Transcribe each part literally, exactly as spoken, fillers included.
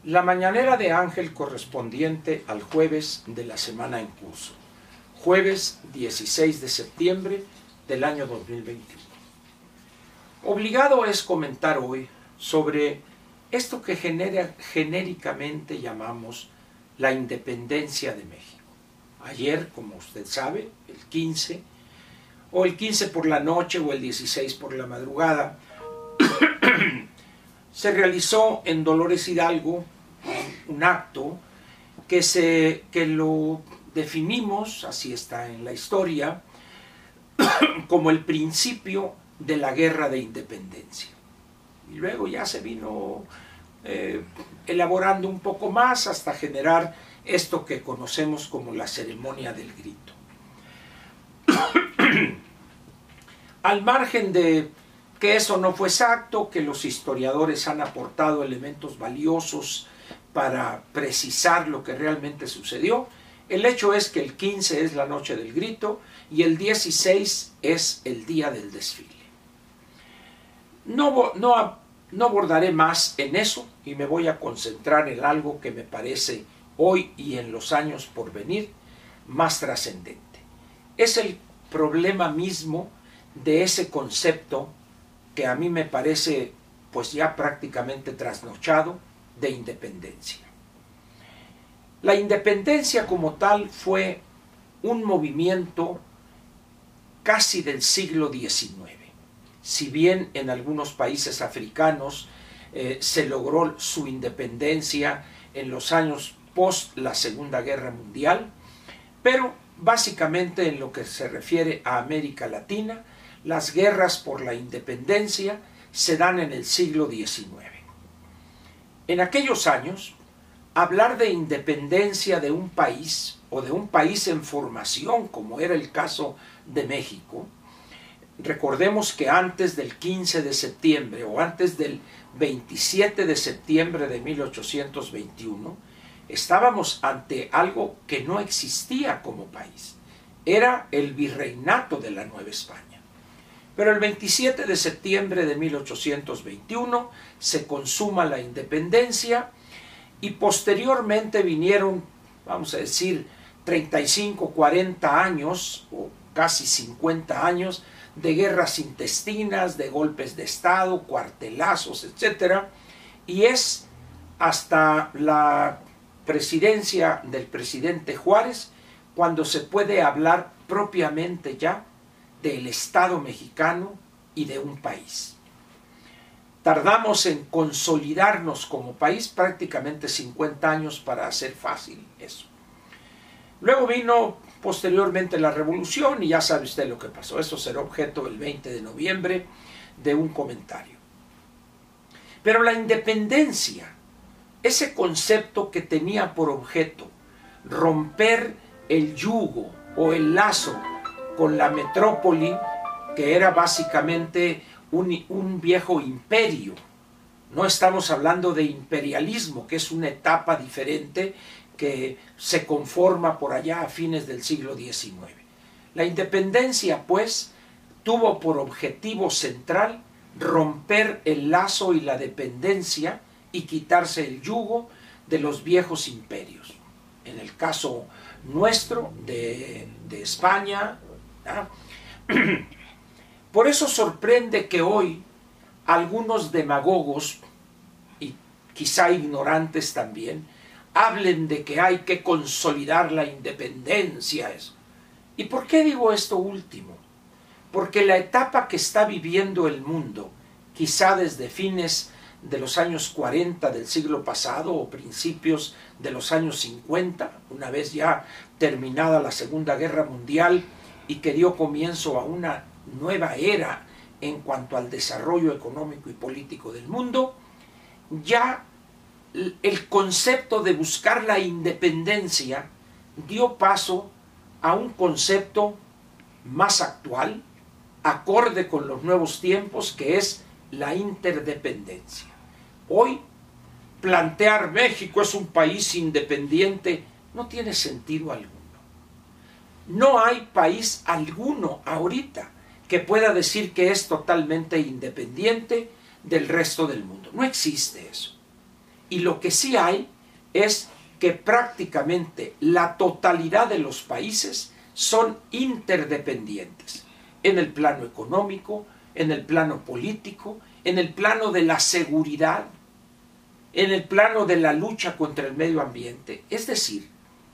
La mañanera de Ángel correspondiente al jueves de la semana en curso, jueves dieciséis de septiembre del año dos mil veintiuno. Obligado es comentar hoy sobre esto que genera, genéricamente llamamos la independencia de México. Ayer, como usted sabe, el quince, o el quince por la noche o el dieciséis por la madrugada, se realizó en Dolores Hidalgo un acto que, se, que lo definimos, así está en la historia, como el principio de la guerra de independencia. Y luego ya se vino eh, elaborando un poco más hasta generar esto que conocemos como la ceremonia del grito. Al margen de que eso no fue exacto, que los historiadores han aportado elementos valiosos para precisar lo que realmente sucedió, el hecho es que el quince es la noche del grito y el dieciséis es el día del desfile. No, no, no abordaré más en eso y me voy a concentrar en algo que me parece hoy y en los años por venir más trascendente. Es el problema mismo de ese concepto que a mí me parece pues ya prácticamente trasnochado de independencia. La independencia como tal fue un movimiento casi del siglo diecinueve. Si bien en algunos países africanos eh, se logró su independencia en los años post la Segunda Guerra Mundial, pero básicamente en lo que se refiere a América Latina, las guerras por la independencia se dan en el siglo diecinueve. En aquellos años, hablar de independencia de un país o de un país en formación, como era el caso de México, recordemos que antes del quince de septiembre o antes del veintisiete de septiembre de mil ochocientos veintiuno, estábamos ante algo que no existía como país. Era el virreinato de la Nueva España. Pero el veintisiete de septiembre de mil ochocientos veintiuno se consuma la independencia y posteriormente vinieron, vamos a decir, treinta y cinco, cuarenta años o casi cincuenta años de guerras intestinas, de golpes de Estado, cuartelazos, etcétera. Y es hasta la presidencia del presidente Juárez cuando se puede hablar propiamente ya del Estado mexicano y de un país. Tardamos en consolidarnos como país prácticamente cincuenta años para hacer fácil eso. Luego vino posteriormente la revolución y ya sabe usted lo que pasó. Eso será objeto el veinte de noviembre de un comentario. Pero la independencia, ese concepto que tenía por objeto romper el yugo o el lazo con la metrópoli, que era básicamente un, un viejo imperio. No estamos hablando de imperialismo, que es una etapa diferente que se conforma por allá a fines del siglo diecinueve. La independencia, pues, tuvo por objetivo central romper el lazo y la dependencia y quitarse el yugo de los viejos imperios. En el caso nuestro, de, de España, ¿ah? Por eso sorprende que hoy algunos demagogos, y quizá ignorantes también, hablen de que hay que consolidar la independencia. ¿Y por qué digo esto último? Porque la etapa que está viviendo el mundo, quizá desde fines de los años cuarenta del siglo pasado o principios de los años cincuenta, una vez ya terminada la Segunda Guerra Mundial y que dio comienzo a una nueva era en cuanto al desarrollo económico y político del mundo, ya el concepto de buscar la independencia dio paso a un concepto más actual, acorde con los nuevos tiempos, que es la interdependencia. Hoy, plantear México es un país independiente no tiene sentido alguno. No hay país alguno ahorita que pueda decir que es totalmente independiente del resto del mundo. No existe eso. Y lo que sí hay es que prácticamente la totalidad de los países son interdependientes en el plano económico, en el plano político, en el plano de la seguridad, en el plano de la lucha contra el medio ambiente. Es decir,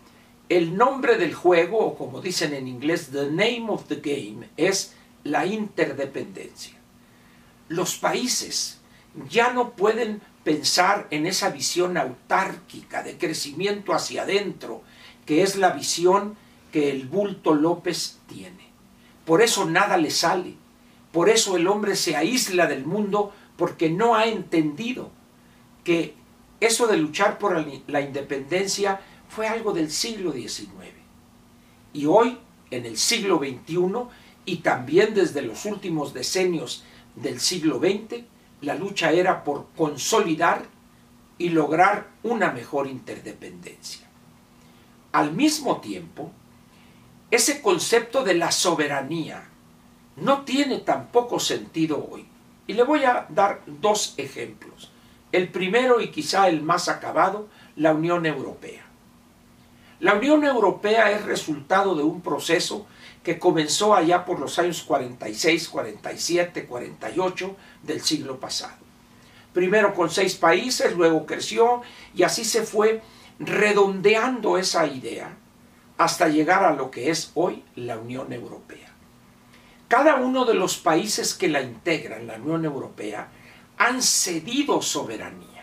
el nombre del juego, o como dicen en inglés, the name of the game, es la interdependencia. Los países ya no pueden pensar en esa visión autárquica de crecimiento hacia adentro, que es la visión que el bulto López tiene. Por eso nada le sale. Por eso el hombre se aísla del mundo, porque no ha entendido que eso de luchar por la independencia fue algo del siglo diecinueve. Y hoy, en el siglo veintiuno, y también desde los últimos decenios del siglo veinte, la lucha era por consolidar y lograr una mejor interdependencia. Al mismo tiempo, ese concepto de la soberanía no tiene tampoco sentido hoy. Y le voy a dar dos ejemplos. El primero, y quizá el más acabado, la Unión Europea. La Unión Europea es resultado de un proceso que comenzó allá por los años cuarenta y seis, cuarenta y siete, cuarenta y ocho del siglo pasado. Primero con seis países, luego creció y así se fue redondeando esa idea hasta llegar a lo que es hoy la Unión Europea. Cada uno de los países que la integran, la Unión Europea, han cedido soberanía.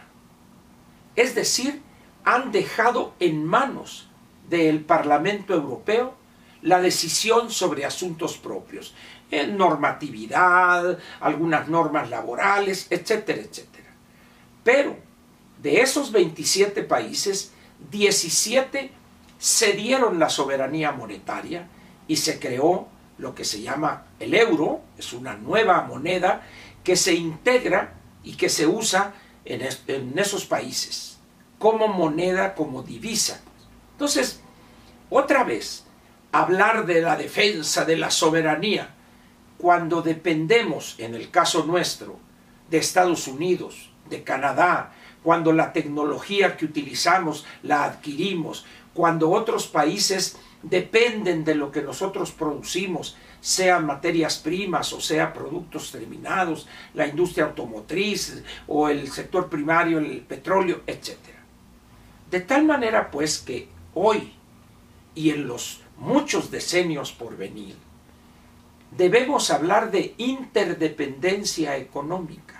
Es decir, han dejado en manos del Parlamento Europeo la decisión sobre asuntos propios, en normatividad, algunas normas laborales, etcétera, etcétera. Pero de esos veintisiete países, diecisiete cedieron la soberanía monetaria y se creó lo que se llama el euro. Es una nueva moneda que se integra y que se usa en, es, en esos países como moneda, como divisa. Entonces, otra vez, hablar de la defensa de la soberanía cuando dependemos, en el caso nuestro, de Estados Unidos, de Canadá, cuando la tecnología que utilizamos la adquirimos, cuando otros países dependen de lo que nosotros producimos, sean materias primas o sea productos terminados, la industria automotriz o el sector primario, el petróleo, etcétera. De tal manera pues que hoy y en los muchos decenios por venir, debemos hablar de interdependencia económica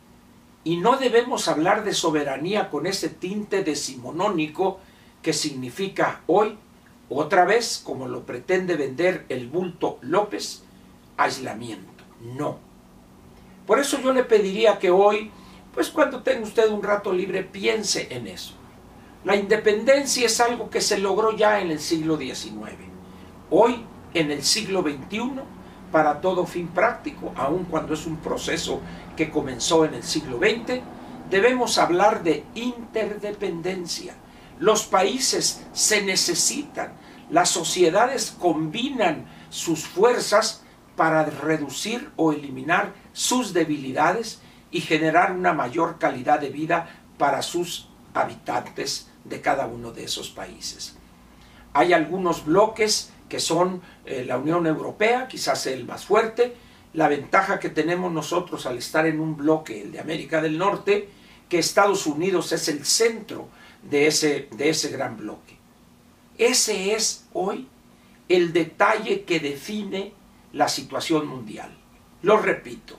y no debemos hablar de soberanía con ese tinte decimonónico que significa hoy, otra vez, como lo pretende vender el bulto López, aislamiento. No. Por eso yo le pediría que hoy, pues cuando tenga usted un rato libre, piense en eso. La independencia es algo que se logró ya en el siglo diecinueve. Hoy, en el siglo veintiuno, para todo fin práctico, aun cuando es un proceso que comenzó en el siglo veinte, debemos hablar de interdependencia. Los países se necesitan, las sociedades combinan sus fuerzas para reducir o eliminar sus debilidades y generar una mayor calidad de vida para sus habitantes de cada uno de esos países. Hay algunos bloques que son eh, la Unión Europea, quizás el más fuerte. La ventaja que tenemos nosotros al estar en un bloque, el de América del Norte, que Estados Unidos es el centro de ese, de ese gran bloque. Ese es hoy el detalle que define la situación mundial. Lo repito,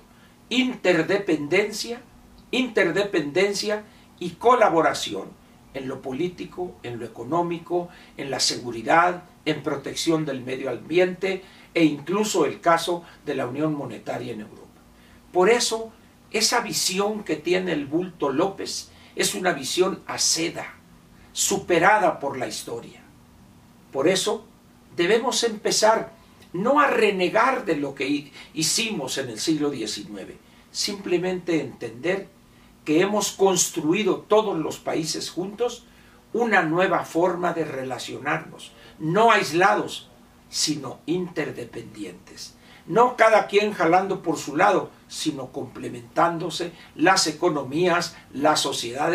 interdependencia, interdependencia y colaboración en lo político, en lo económico, en la seguridad, en protección del medio ambiente e incluso el caso de la Unión Monetaria en Europa. Por eso, esa visión que tiene el bulto López es una visión aceda, superada por la historia. Por eso, debemos empezar no a renegar de lo que hicimos en el siglo diecinueve, simplemente entender que hemos construido todos los países juntos una nueva forma de relacionarnos, no aislados, sino interdependientes. No cada quien jalando por su lado, sino complementándose las economías, las sociedades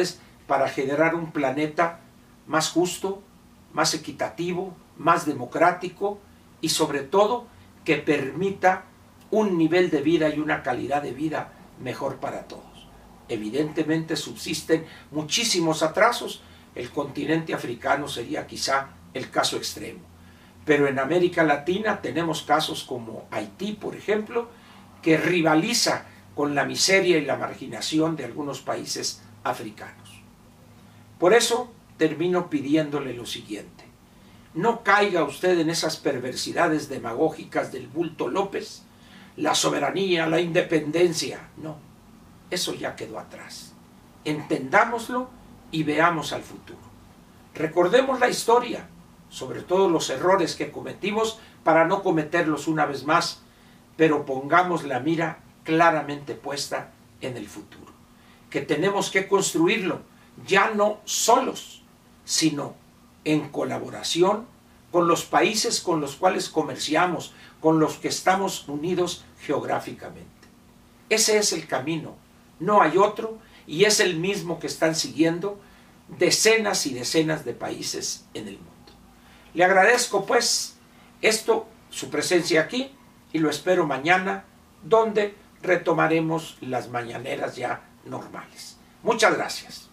para generar un planeta más justo, más equitativo, más democrático y sobre todo que permita un nivel de vida y una calidad de vida mejor para todos. Evidentemente subsisten muchísimos atrasos. El continente africano sería quizá el caso extremo. Pero en América Latina tenemos casos como Haití, por ejemplo, que rivaliza con la miseria y la marginación de algunos países africanos. Por eso termino pidiéndole lo siguiente. No caiga usted en esas perversidades demagógicas del bulto López, la soberanía, la independencia. No, eso ya quedó atrás. Entendámoslo y veamos al futuro. Recordemos la historia, sobre todo los errores que cometimos para no cometerlos una vez más, pero pongamos la mira claramente puesta en el futuro, que tenemos que construirlo ya no solos, sino en colaboración con los países con los cuales comerciamos, con los que estamos unidos geográficamente. Ese es el camino, no hay otro, y es el mismo que están siguiendo decenas y decenas de países en el mundo. Le agradezco pues esto, su presencia aquí, y lo espero mañana, donde retomaremos las mañaneras ya normales. Muchas gracias.